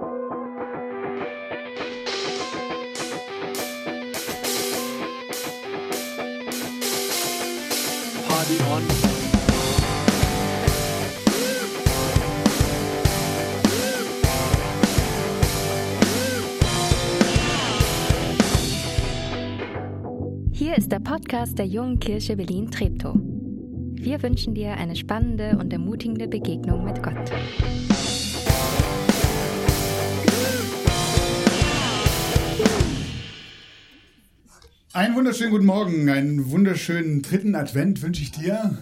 Party on. Hier ist der Podcast der Jungen Kirche Berlin-Treptow. Wir wünschen dir eine spannende und ermutigende Begegnung mit Gott. Einen wunderschönen guten Morgen, einen wunderschönen dritten Advent wünsche ich dir.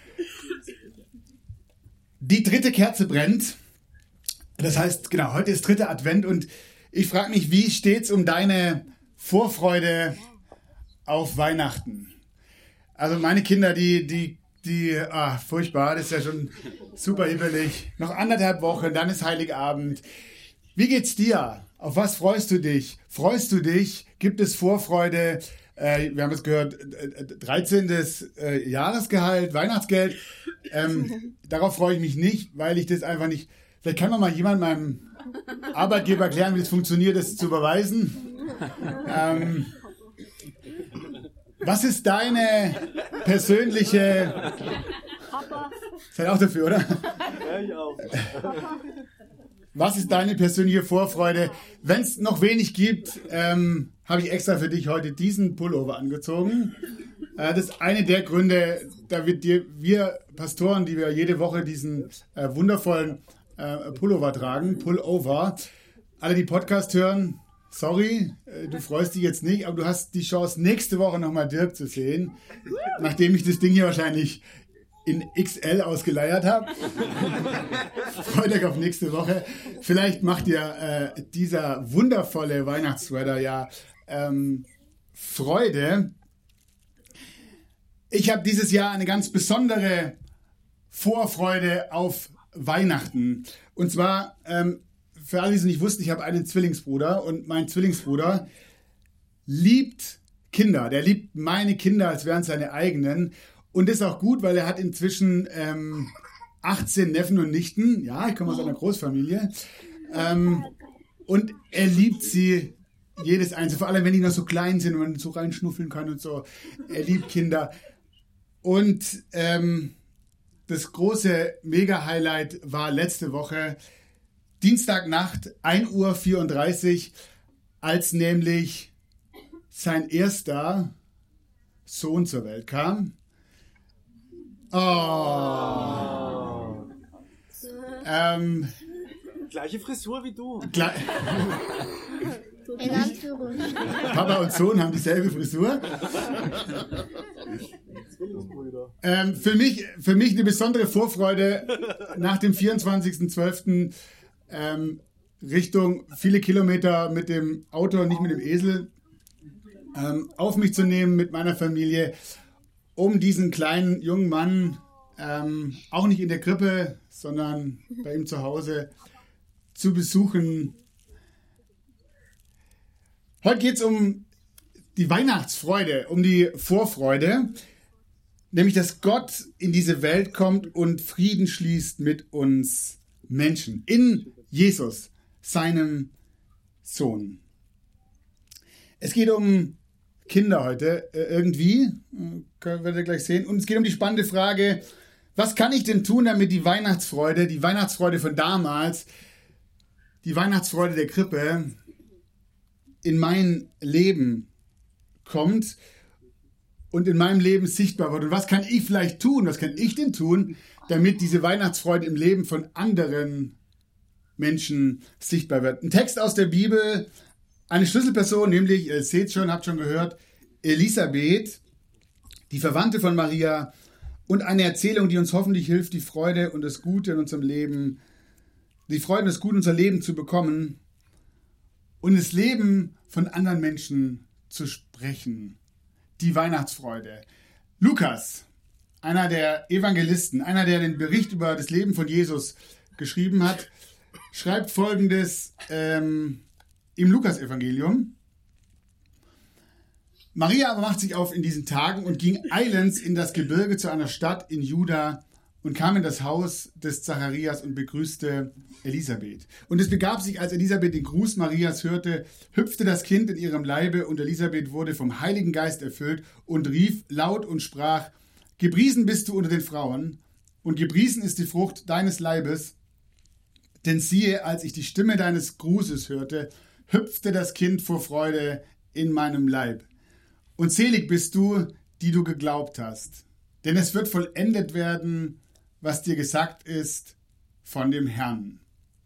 Die dritte Kerze brennt. Das heißt, genau, heute ist dritter Advent und ich frage mich, wie steht's um deine Vorfreude auf Weihnachten? Also meine Kinder, furchtbar, das ist ja schon super hibbelig. Noch 1,5 Wochen, dann ist Heiligabend. Wie geht's dir? Auf was freust du dich? Freust du dich? Gibt es Vorfreude? Wir haben es gehört, 13. Jahresgehalt, Weihnachtsgeld. Darauf freue ich mich nicht, weil ich das einfach nicht... Vielleicht kann noch mal jemand meinem Arbeitgeber erklären, wie es funktioniert, das zu überweisen. Was ist deine persönliche... Papa. Seid auch dafür, oder? Ja, ich auch. Was ist deine persönliche Vorfreude? Wenn es noch wenig gibt, habe ich extra für dich heute diesen Pullover angezogen. Das ist eine der Gründe, da wir Pastoren, die wir jede Woche diesen wundervollen Pullover tragen, Pullover. Alle, die Podcast hören, sorry, du freust dich jetzt nicht, aber du hast die Chance, nächste Woche nochmal Dirk zu sehen, nachdem ich das Ding hier wahrscheinlich in XL ausgeleiert habe. Freut euch auf nächste Woche. Vielleicht macht dir dieser wundervolle Weihnachtssweater ja Freude. Ich habe dieses Jahr eine ganz besondere Vorfreude auf Weihnachten. Und zwar, für alle, die es nicht wussten, ich habe einen Zwillingsbruder und mein Zwillingsbruder liebt Kinder. Der liebt meine Kinder, als wären es seine eigenen. Und das ist auch gut, weil er hat inzwischen 18 Neffen und Nichten. Ja, ich komme aus einer Großfamilie. Und er liebt sie jedes Einzelne. Vor allem, wenn die noch so klein sind und man so reinschnuffeln kann und so. Er liebt Kinder. Und das große Mega-Highlight war letzte Woche, Dienstagnacht, 1:34 Uhr, als nämlich sein erster Sohn zur Welt kam. Oh. Gleiche Frisur wie du. Papa und Sohn haben dieselbe Frisur. Für mich eine besondere Vorfreude nach dem 24.12. Richtung viele Kilometer mit dem Auto und nicht mit dem Esel auf mich zu nehmen mit meiner Familie, um diesen kleinen jungen Mann auch nicht in der Krippe, sondern bei ihm zu Hause zu besuchen. Heute geht es um die Weihnachtsfreude, um die Vorfreude, nämlich dass Gott in diese Welt kommt und Frieden schließt mit uns Menschen, in Jesus, seinem Sohn. Es geht um Kinder heute werdet ihr gleich sehen. Und es geht um die spannende Frage, was kann ich denn tun, damit die Weihnachtsfreude von damals, die Weihnachtsfreude der Krippe in mein Leben kommt und in meinem Leben sichtbar wird. Und was kann ich vielleicht tun, was kann ich denn tun, damit diese Weihnachtsfreude im Leben von anderen Menschen sichtbar wird. Ein Text aus der Bibel, eine Schlüsselperson, nämlich, ihr seht schon, habt schon gehört, Elisabeth, die Verwandte von Maria, und eine Erzählung, die uns hoffentlich hilft, die Freude und das Gute in unserem Leben, die Freude und das Gute in unser Leben zu bekommen und das Leben von anderen Menschen zu sprechen. Die Weihnachtsfreude. Lukas, einer der Evangelisten, einer, der den Bericht über das Leben von Jesus geschrieben hat, schreibt Folgendes im Lukas-Evangelium. Maria aber macht sich auf in diesen Tagen und ging eilends in das Gebirge zu einer Stadt in Juda und kam in das Haus des Zacharias und begrüßte Elisabeth. Und es begab sich, als Elisabeth den Gruß Marias hörte, hüpfte das Kind in ihrem Leibe und Elisabeth wurde vom Heiligen Geist erfüllt und rief laut und sprach: Gepriesen bist du unter den Frauen und gepriesen ist die Frucht deines Leibes. Denn siehe, als ich die Stimme deines Grußes hörte, hüpfte das Kind vor Freude in meinem Leib. Und selig bist du, die du geglaubt hast. Denn es wird vollendet werden, was dir gesagt ist von dem Herrn.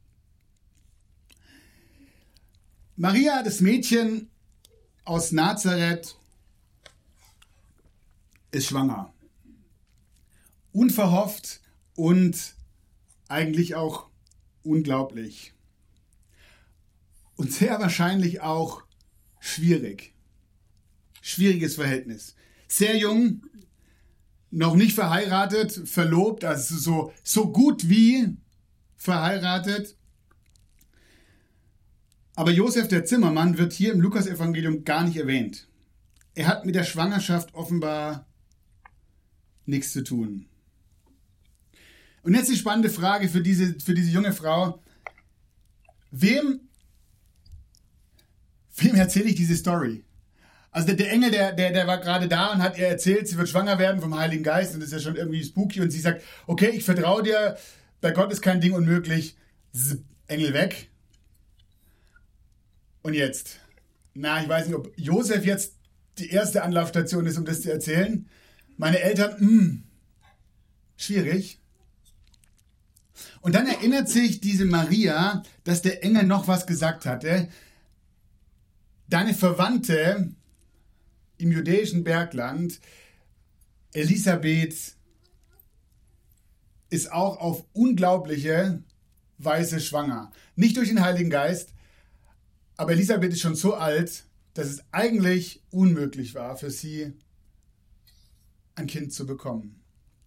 Maria, das Mädchen aus Nazareth, ist schwanger. Unverhofft und eigentlich auch unglaublich. Und sehr wahrscheinlich auch schwierig. Schwieriges Verhältnis. Sehr jung, noch nicht verheiratet, verlobt, also so gut wie verheiratet. Aber Josef, der Zimmermann, wird hier im Lukas-Evangelium gar nicht erwähnt. Er hat mit der Schwangerschaft offenbar nichts zu tun. Und jetzt die spannende Frage für diese junge Frau. Wem erzähle ich diese Story? Also der Engel, der war gerade da und hat ihr erzählt, sie wird schwanger werden vom Heiligen Geist und das ist ja schon irgendwie spooky und sie sagt, okay, ich vertraue dir, bei Gott ist kein Ding unmöglich. Engel weg. Und jetzt? Na, ich weiß nicht, ob Josef jetzt die erste Anlaufstation ist, um das zu erzählen. Meine Eltern, schwierig. Und dann erinnert sich diese Maria, dass der Engel noch was gesagt hatte. Deine Verwandte im judäischen Bergland, Elisabeth, ist auch auf unglaubliche Weise schwanger. Nicht durch den Heiligen Geist, aber Elisabeth ist schon so alt, dass es eigentlich unmöglich war für sie, ein Kind zu bekommen.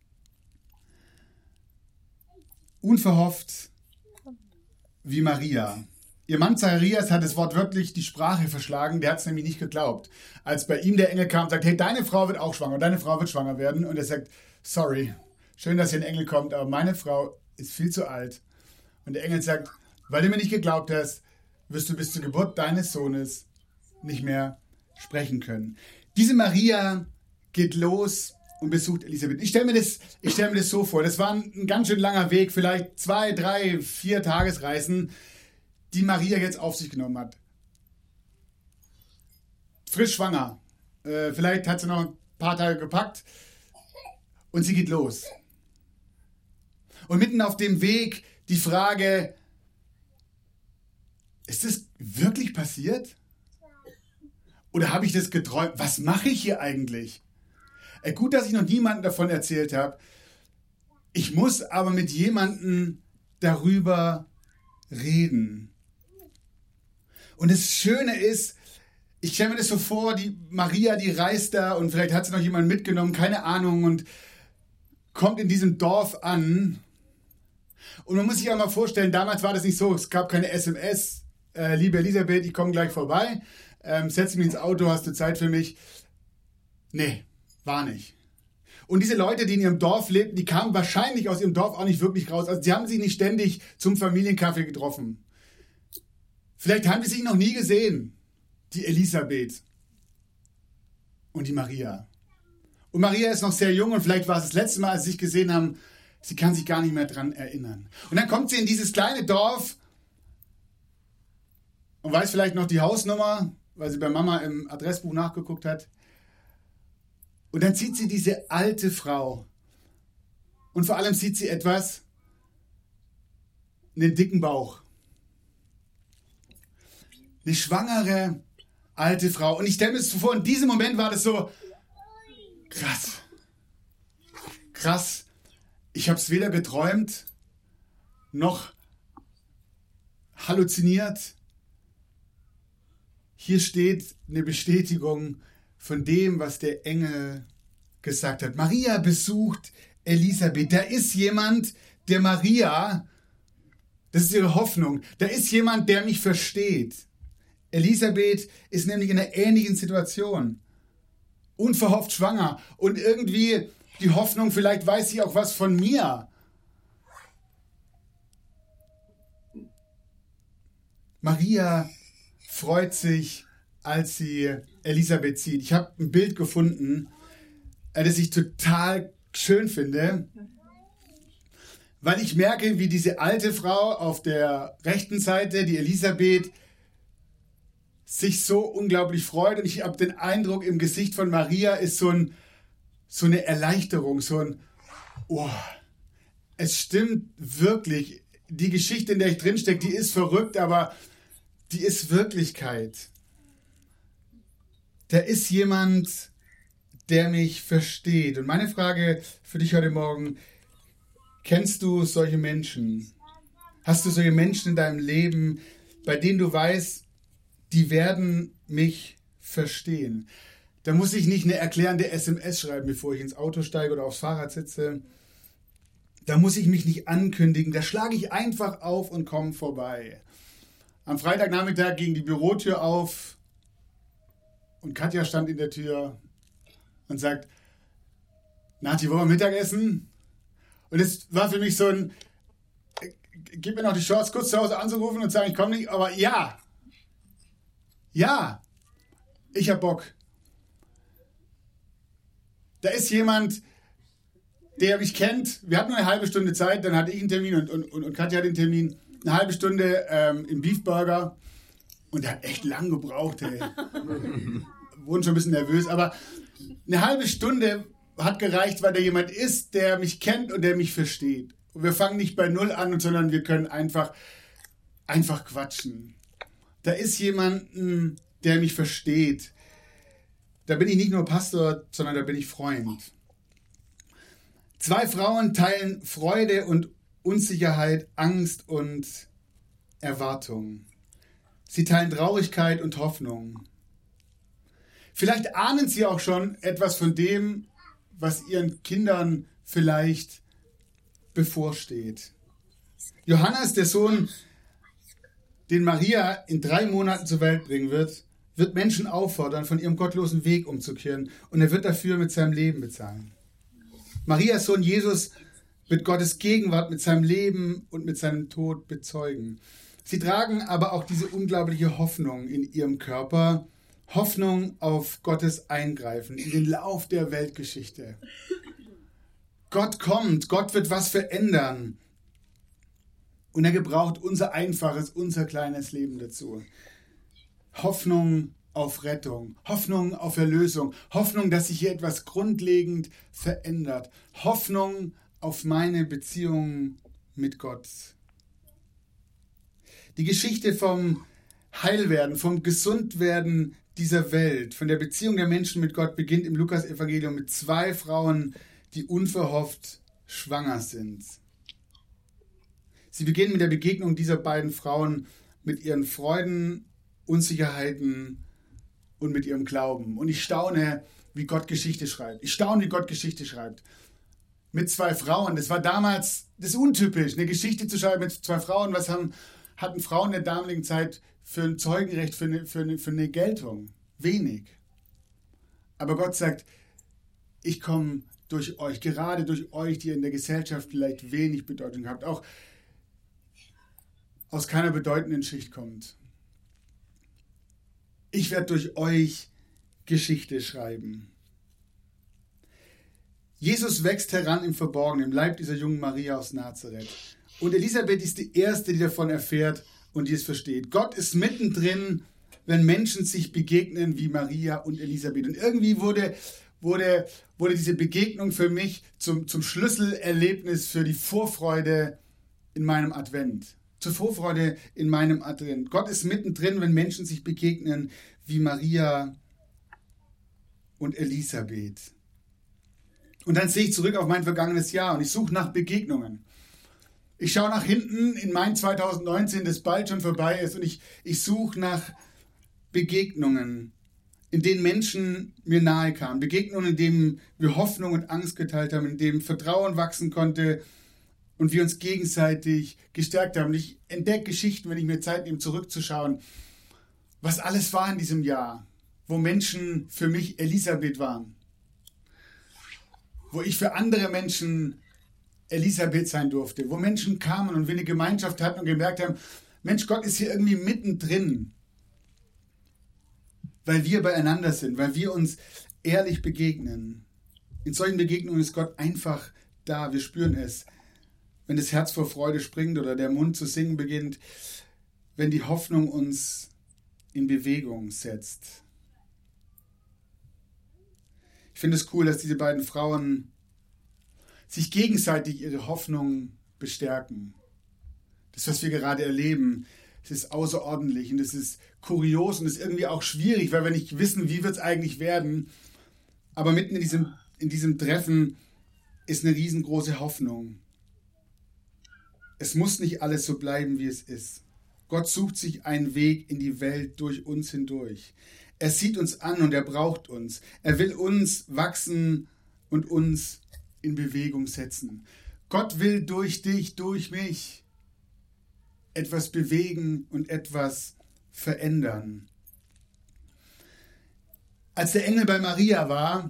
Unverhofft wie Maria. Ihr Mann Zacharias hat es wortwörtlich die Sprache verschlagen, der hat es nämlich nicht geglaubt. Als bei ihm der Engel kam und sagt, hey, deine Frau wird auch schwanger, deine Frau wird schwanger werden. Und er sagt, sorry, schön, dass hier ein Engel kommt, aber meine Frau ist viel zu alt. Und der Engel sagt, weil du mir nicht geglaubt hast, wirst du bis zur Geburt deines Sohnes nicht mehr sprechen können. Diese Maria geht los und besucht Elisabeth. Ich stelle mir das so vor, das war ein ganz schön langer Weg, vielleicht 2, 3, 4 Tagesreisen, die Maria jetzt auf sich genommen hat. Frisch schwanger. Vielleicht hat sie noch ein paar Tage gepackt und sie geht los. Und mitten auf dem Weg die Frage, ist das wirklich passiert? Oder habe ich das geträumt? Was mache ich hier eigentlich? Gut, dass ich noch niemandem davon erzählt habe. Ich muss aber mit jemandem darüber reden. Und das Schöne ist, ich stelle mir das so vor, die Maria, die reist da und vielleicht hat sie noch jemanden mitgenommen, keine Ahnung, und kommt in diesem Dorf an. Und man muss sich auch mal vorstellen, damals war das nicht so, es gab keine SMS. Liebe Elisabeth, ich komme gleich vorbei, setz mich ins Auto, hast du Zeit für mich? Nee, war nicht. Und diese Leute, die in ihrem Dorf lebten, die kamen wahrscheinlich aus ihrem Dorf auch nicht wirklich raus. Also sie haben sich nicht ständig zum Familienkaffee getroffen. Vielleicht haben sie sich noch nie gesehen, die Elisabeth und die Maria. Und Maria ist noch sehr jung und vielleicht war es das letzte Mal, als sie sich gesehen haben, sie kann sich gar nicht mehr dran erinnern. Und dann kommt sie in dieses kleine Dorf und weiß vielleicht noch die Hausnummer, weil sie bei Mama im Adressbuch nachgeguckt hat. Und dann sieht sie diese alte Frau. Und vor allem sieht sie etwas, einen dicken Bauch. Eine schwangere alte Frau. Und ich stelle mir das vor, in diesem Moment war das so, krass. Krass. Ich habe es weder geträumt, noch halluziniert. Hier steht eine Bestätigung von dem, was der Engel gesagt hat. Maria besucht Elisabeth. Da ist jemand, der Maria, das ist ihre Hoffnung, da ist jemand, der mich versteht. Elisabeth ist nämlich in einer ähnlichen Situation. Unverhofft schwanger. Und irgendwie die Hoffnung, vielleicht weiß sie auch was von mir. Maria freut sich, als sie Elisabeth sieht. Ich habe ein Bild gefunden, das ich total schön finde, weil ich merke, wie diese alte Frau auf der rechten Seite, die Elisabeth, sich so unglaublich freut. Und ich habe den Eindruck, im Gesicht von Maria ist so eine Erleichterung, es stimmt wirklich. Die Geschichte, in der ich drinstecke, die ist verrückt, aber die ist Wirklichkeit. Da ist jemand, der mich versteht. Und meine Frage für dich heute Morgen: Kennst du solche Menschen? Hast du solche Menschen in deinem Leben, bei denen du weißt, die werden mich verstehen? Da muss ich nicht eine erklärende SMS schreiben, bevor ich ins Auto steige oder aufs Fahrrad sitze. Da muss ich mich nicht ankündigen. Da schlage ich einfach auf und komme vorbei. Am Freitagnachmittag ging die Bürotür auf und Katja stand in der Tür und sagt: Nati, wollen wir Mittagessen? Und es war für mich so ein, gib mir noch die Chance, kurz zu Hause anzurufen und zu sagen, ich komme nicht, aber ja, ich hab Bock. Da ist jemand, der mich kennt. Wir hatten nur eine halbe Stunde Zeit, dann hatte ich einen Termin und Katja hat den Termin. Eine halbe Stunde im Beefburger und der hat echt lang gebraucht. Ey. Wurden schon ein bisschen nervös, aber eine halbe Stunde hat gereicht, weil da jemand ist, der mich kennt und der mich versteht. Und wir fangen nicht bei Null an, sondern wir können einfach quatschen. Da ist jemand, der mich versteht. Da bin ich nicht nur Pastor, sondern da bin ich Freund. Zwei Frauen teilen Freude und Unsicherheit, Angst und Erwartung. Sie teilen Traurigkeit und Hoffnung. Vielleicht ahnen sie auch schon etwas von dem, was ihren Kindern vielleicht bevorsteht. Johannes, der Sohn, den Maria in 3 Monaten zur Welt bringen wird Menschen auffordern, von ihrem gottlosen Weg umzukehren, und er wird dafür mit seinem Leben bezahlen. Marias Sohn Jesus wird Gottes Gegenwart mit seinem Leben und mit seinem Tod bezeugen. Sie tragen aber auch diese unglaubliche Hoffnung in ihrem Körper, Hoffnung auf Gottes Eingreifen in den Lauf der Weltgeschichte. Gott kommt, Gott wird was verändern. Und er gebraucht unser einfaches, unser kleines Leben dazu. Hoffnung auf Rettung, Hoffnung auf Erlösung, Hoffnung, dass sich hier etwas grundlegend verändert, Hoffnung auf meine Beziehung mit Gott. Die Geschichte vom Heilwerden, vom Gesundwerden dieser Welt, von der Beziehung der Menschen mit Gott beginnt im Lukas-Evangelium mit 2 Frauen, die unverhofft schwanger sind. Sie beginnen mit der Begegnung dieser beiden Frauen mit ihren Freuden, Unsicherheiten und mit ihrem Glauben. Und ich staune, wie Gott Geschichte schreibt. Mit 2 Frauen. Das war damals, das ist untypisch, eine Geschichte zu schreiben mit 2 Frauen. Was hatten Frauen in der damaligen Zeit für ein Zeugenrecht, für eine Geltung? Wenig. Aber Gott sagt, ich komme durch euch, gerade durch euch, die in der Gesellschaft vielleicht wenig Bedeutung habt, auch aus keiner bedeutenden Schicht kommt. Ich werde durch euch Geschichte schreiben. Jesus wächst heran im Verborgenen, im Leib dieser jungen Maria aus Nazareth. Und Elisabeth ist die Erste, die davon erfährt und die es versteht. Gott ist mittendrin, wenn Menschen sich begegnen wie Maria und Elisabeth. Und irgendwie wurde diese Begegnung für mich zum Schlüsselerlebnis für die Vorfreude in meinem Advent. Zur Vorfreude in meinem Advent. Gott ist mittendrin, wenn Menschen sich begegnen wie Maria und Elisabeth. Und dann sehe ich zurück auf mein vergangenes Jahr und ich suche nach Begegnungen. Ich schaue nach hinten in mein 2019, das bald schon vorbei ist, und ich suche nach Begegnungen, in denen Menschen mir nahe kamen. Begegnungen, in denen wir Hoffnung und Angst geteilt haben, in denen Vertrauen wachsen konnte und wir uns gegenseitig gestärkt haben. Und ich entdecke Geschichten, wenn ich mir Zeit nehme, zurückzuschauen, was alles war in diesem Jahr, wo Menschen für mich Elisabeth waren. wo ich für andere Menschen Elisabeth sein durfte, wo Menschen kamen und wir eine Gemeinschaft hatten und gemerkt haben, Mensch, Gott ist hier irgendwie mittendrin, weil wir beieinander sind, weil wir uns ehrlich begegnen. In solchen Begegnungen ist Gott einfach da, wir spüren es. Wenn das Herz vor Freude springt oder der Mund zu singen beginnt, wenn die Hoffnung uns in Bewegung setzt. Ich finde es cool, dass diese beiden Frauen sich gegenseitig ihre Hoffnung bestärken. Das, was wir gerade erleben, es ist außerordentlich und es ist kurios und es ist irgendwie auch schwierig, weil wir nicht wissen, wie wird es eigentlich werden. Aber mitten in diesem Treffen ist eine riesengroße Hoffnung. Es muss nicht alles so bleiben, wie es ist. Gott sucht sich einen Weg in die Welt durch uns hindurch. Er sieht uns an und er braucht uns. Er will uns wachsen und uns in Bewegung setzen. Gott will durch dich, durch mich etwas bewegen und etwas verändern. Als der Engel bei Maria war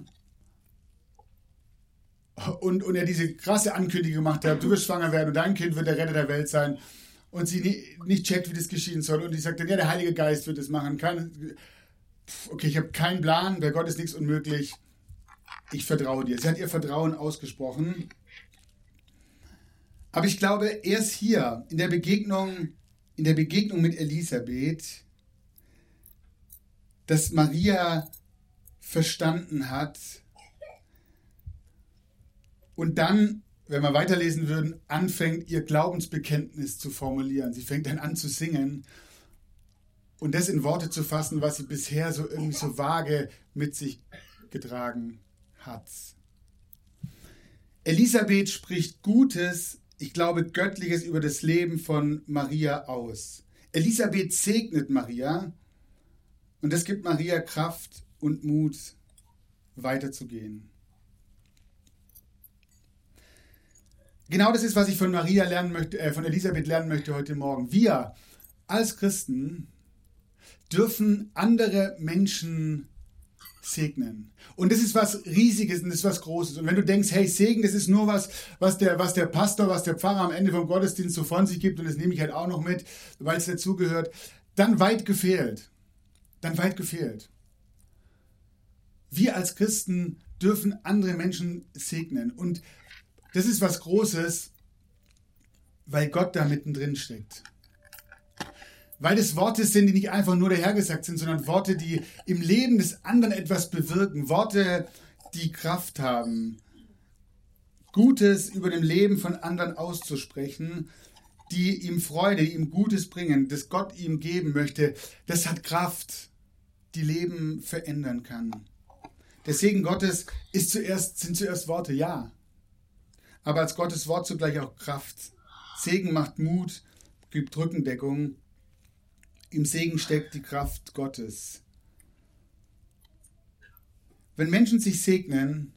und er diese krasse Ankündigung gemacht hat, du wirst schwanger werden und dein Kind wird der Retter der Welt sein und sie nicht checkt, wie das geschehen soll und die sagt dann, ja, der Heilige Geist wird es machen. Okay, ich habe keinen Plan, bei Gott ist nichts unmöglich. Ich vertraue dir. Sie hat ihr Vertrauen ausgesprochen. Aber ich glaube, erst hier, in der Begegnung mit Elisabeth, dass Maria verstanden hat und dann, wenn wir weiterlesen würden, anfängt, ihr Glaubensbekenntnis zu formulieren. Sie fängt dann an zu singen und das in Worte zu fassen, was sie bisher so irgendwie so vage mit sich getragen hat. Elisabeth spricht Gutes, ich glaube Göttliches über das Leben von Maria aus. Elisabeth segnet Maria und das gibt Maria Kraft und Mut, weiterzugehen. Genau das ist, was ich von von Elisabeth lernen möchte heute Morgen. Wir als Christen dürfen andere Menschen segnen. Und das ist was Riesiges und das ist was Großes. Und wenn du denkst, hey, Segen, das ist nur was der Pastor, was der Pfarrer am Ende vom Gottesdienst so von sich gibt und das nehme ich halt auch noch mit, weil es dazugehört, dann weit gefehlt. Wir als Christen dürfen andere Menschen segnen. Und das ist was Großes, weil Gott da mittendrin steckt. Weil es Worte sind, die nicht einfach nur dahergesagt sind, sondern Worte, die im Leben des anderen etwas bewirken. Worte, die Kraft haben. Gutes über dem Leben von anderen auszusprechen, die ihm Freude, die ihm Gutes bringen, das Gott ihm geben möchte, das hat Kraft, die Leben verändern kann. Der Segen Gottes sind zuerst Worte, ja. Aber als Gottes Wort zugleich auch Kraft. Segen macht Mut, gibt Rückendeckung. Im Segen steckt die Kraft Gottes. Wenn Menschen sich segnen,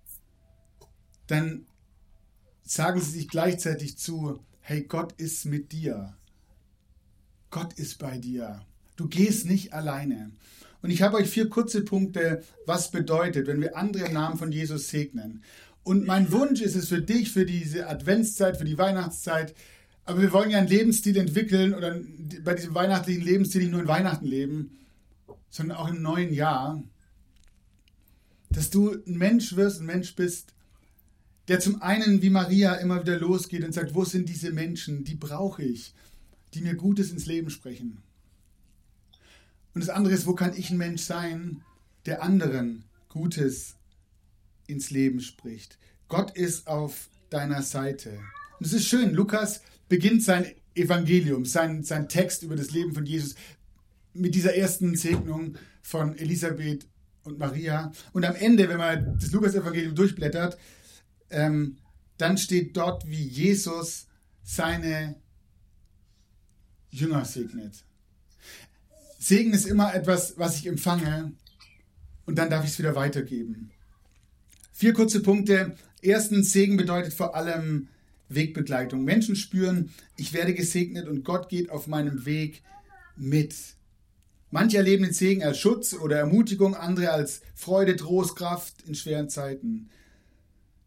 dann sagen sie sich gleichzeitig zu, hey, Gott ist mit dir. Gott ist bei dir. Du gehst nicht alleine. Und ich habe euch 4 kurze Punkte, was bedeutet, wenn wir andere im Namen von Jesus segnen. Und mein Wunsch ist es für dich, für diese Adventszeit, für die Weihnachtszeit, aber wir wollen ja einen Lebensstil entwickeln oder bei diesem weihnachtlichen Lebensstil nicht nur in Weihnachten leben, sondern auch im neuen Jahr, dass du ein Mensch bist, der zum einen wie Maria immer wieder losgeht und sagt, wo sind diese Menschen, die brauche ich, die mir Gutes ins Leben sprechen. Und das andere ist, wo kann ich ein Mensch sein, der anderen Gutes ins Leben spricht. Gott ist auf deiner Seite. Und es ist schön, Lukas beginnt sein Evangelium, sein Text über das Leben von Jesus mit dieser ersten Segnung von Elisabeth und Maria. Und am Ende, wenn man das Lukas-Evangelium durchblättert, dann steht dort, wie Jesus seine Jünger segnet. Segen ist immer etwas, was ich empfange und dann darf ich es wieder weitergeben. 4 kurze Punkte. Erstens, Segen bedeutet vor allem Wegbegleitung. Menschen spüren, ich werde gesegnet und Gott geht auf meinem Weg mit. Manche erleben den Segen als Schutz oder Ermutigung, andere als Freude, Trost, Kraft in schweren Zeiten.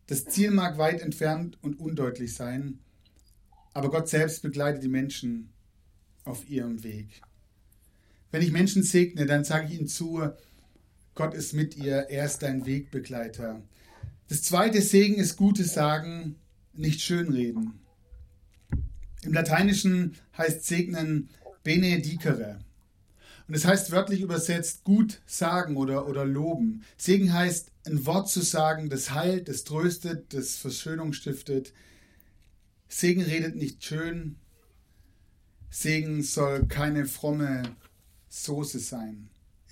Das Ziel mag weit entfernt und undeutlich sein, aber Gott selbst begleitet die Menschen auf ihrem Weg. Wenn ich Menschen segne, dann sage ich ihnen zu, Gott ist mit ihr, er ist dein Wegbegleiter. Das zweite Segen ist Gutes sagen, nicht schönreden. Im Lateinischen heißt segnen benedicere. Und es heißt wörtlich übersetzt gut sagen oder loben. Segen heißt ein Wort zu sagen, das heilt, das tröstet, das Versöhnung stiftet. Segen redet nicht schön. Segen soll keine fromme Soße sein.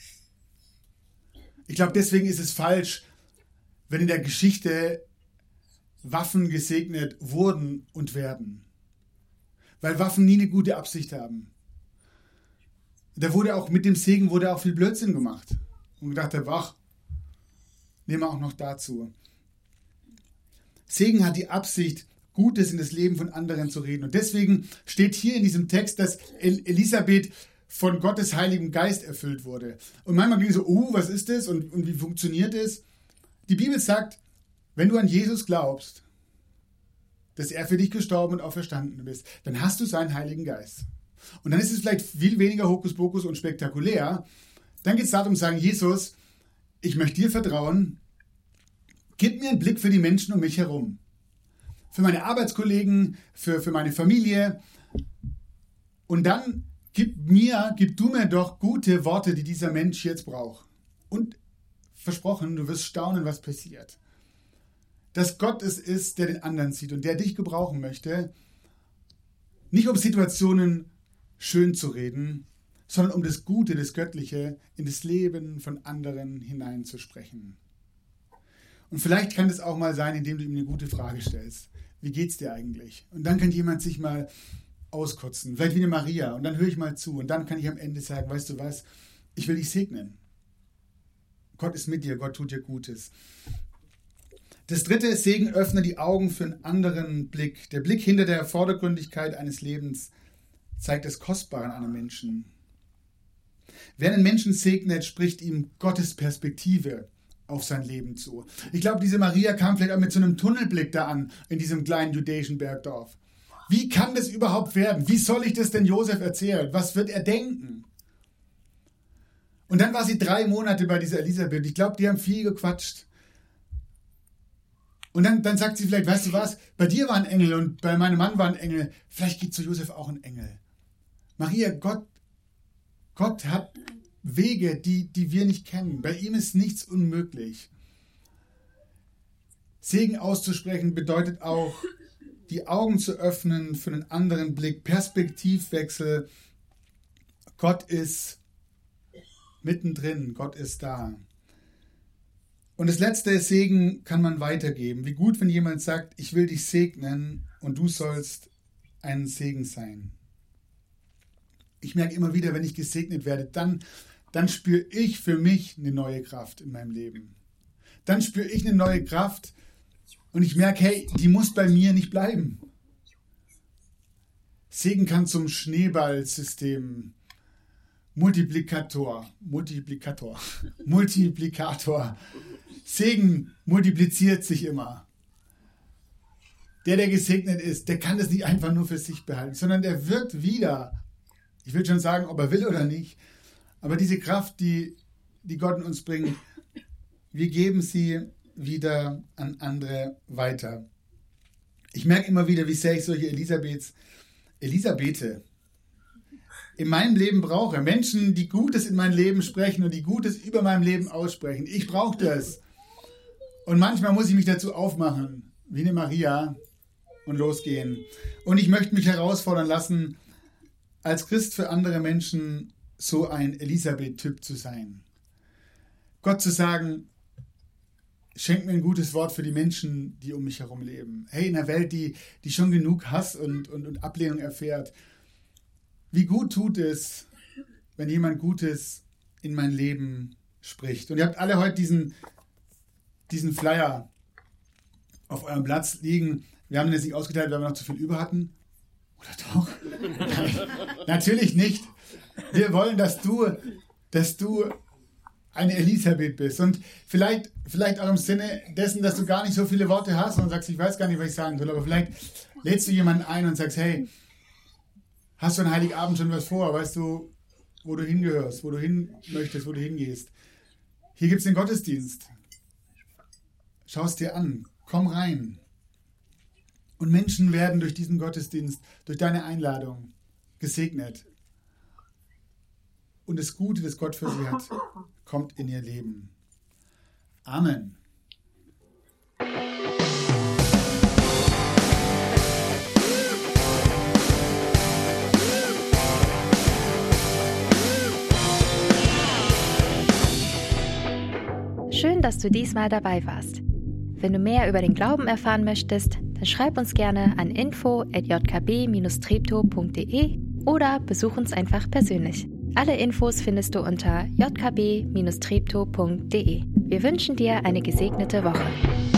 Ich glaube, deswegen ist es falsch, wenn in der Geschichte Waffen gesegnet wurden und werden. Weil Waffen nie eine gute Absicht haben. Da wurde auch mit dem Segen auch viel Blödsinn gemacht. Und gedacht habe, ach, nehmen wir auch noch dazu. Segen hat die Absicht, Gutes in das Leben von anderen zu reden. Und deswegen steht hier in diesem Text, dass Elisabeth von Gottes Heiligem Geist erfüllt wurde. Und manchmal ging es so, was ist das und wie funktioniert es? Die Bibel sagt, wenn du an Jesus glaubst, dass er für dich gestorben und auferstanden ist, dann hast du seinen Heiligen Geist. Und dann ist es vielleicht viel weniger Hokuspokus und spektakulär. Dann geht es darum zu sagen, Jesus, ich möchte dir vertrauen, gib mir einen Blick für die Menschen um mich herum. Für meine Arbeitskollegen, für meine Familie. Und dann gib du mir doch gute Worte, die dieser Mensch jetzt braucht. Und versprochen, du wirst staunen, was passiert. Dass Gott es ist, der den anderen sieht und der dich gebrauchen möchte, nicht um Situationen schön zu reden, sondern um das Gute, das Göttliche in das Leben von anderen hineinzusprechen. Und vielleicht kann das auch mal sein, indem du ihm eine gute Frage stellst. Wie geht's dir eigentlich? Und dann kann jemand sich mal auskotzen, vielleicht wie eine Maria, und dann höre ich mal zu und dann kann ich am Ende sagen, weißt du was, ich will dich segnen. Gott ist mit dir, Gott tut dir Gutes. Das dritte ist, Segen öffnet die Augen für einen anderen Blick. Der Blick hinter der Vordergründigkeit eines Lebens zeigt das Kostbare an einem Menschen. Wer einen Menschen segnet, spricht ihm Gottes Perspektive auf sein Leben zu. Ich glaube, diese Maria kam vielleicht auch mit so einem Tunnelblick da an, in diesem kleinen judäischen Bergdorf. Wie kann das überhaupt werden? Wie soll ich das denn Josef erzählen? Was wird er denken? Und dann war sie 3 Monate bei dieser Elisabeth. Ich glaube, die haben viel gequatscht. Und dann sagt sie vielleicht, weißt du was, bei dir war ein Engel und bei meinem Mann war ein Engel. Vielleicht gibt zu Josef auch ein Engel. Maria, Gott hat Wege, die wir nicht kennen. Bei ihm ist nichts unmöglich. Segen auszusprechen bedeutet auch, die Augen zu öffnen für einen anderen Blick, Perspektivwechsel. Gott ist mittendrin, Gott ist da. Und das letzte Segen kann man weitergeben. Wie gut, wenn jemand sagt, ich will dich segnen und du sollst ein Segen sein. Ich merke immer wieder, wenn ich gesegnet werde, dann spüre ich für mich eine neue Kraft in meinem Leben. Dann spüre ich eine neue Kraft und ich merke, hey, die muss bei mir nicht bleiben. Segen kann zum Schneeballsystem, Multiplikator. Segen multipliziert sich immer. Der gesegnet ist, der kann das nicht einfach nur für sich behalten, sondern der wird wieder, ich will schon sagen, ob er will oder nicht, aber diese Kraft, die Gott in uns bringt, wir geben sie wieder an andere weiter. Ich merke immer wieder, wie sehr ich solche Elisabethe in meinem Leben brauche. Menschen, die Gutes in mein Leben sprechen und die Gutes über meinem Leben aussprechen. Ich brauche das. Und manchmal muss ich mich dazu aufmachen, wie eine Maria, und losgehen. Und ich möchte mich herausfordern lassen, als Christ für andere Menschen so ein Elisabeth-Typ zu sein. Gott zu sagen, schenk mir ein gutes Wort für die Menschen, die um mich herum leben. Hey, in einer Welt, die schon genug Hass und Ablehnung erfährt, wie gut tut es, wenn jemand Gutes in mein Leben spricht. Und ihr habt alle heute diesen Flyer auf eurem Platz liegen. Wir haben den jetzt nicht ausgeteilt, weil wir noch zu viel über hatten. Oder doch? Nein, natürlich nicht. Wir wollen, dass du eine Elisabeth bist. Und vielleicht auch im Sinne dessen, dass du gar nicht so viele Worte hast und sagst, ich weiß gar nicht, was ich sagen soll, aber vielleicht lädst du jemanden ein und sagst, hey, hast du an Heiligabend schon was vor? Weißt du, wo du hingehörst, wo du hin möchtest, wo du hingehst? Hier gibt es den Gottesdienst. Schau es dir an. Komm rein. Und Menschen werden durch diesen Gottesdienst, durch deine Einladung gesegnet. Und das Gute, das Gott für sie hat, kommt in ihr Leben. Amen. Schön, dass du diesmal dabei warst. Wenn du mehr über den Glauben erfahren möchtest, dann schreib uns gerne an info@jkb-treptow.de oder besuch uns einfach persönlich. Alle Infos findest du unter jkb-treptow.de. Wir wünschen dir eine gesegnete Woche.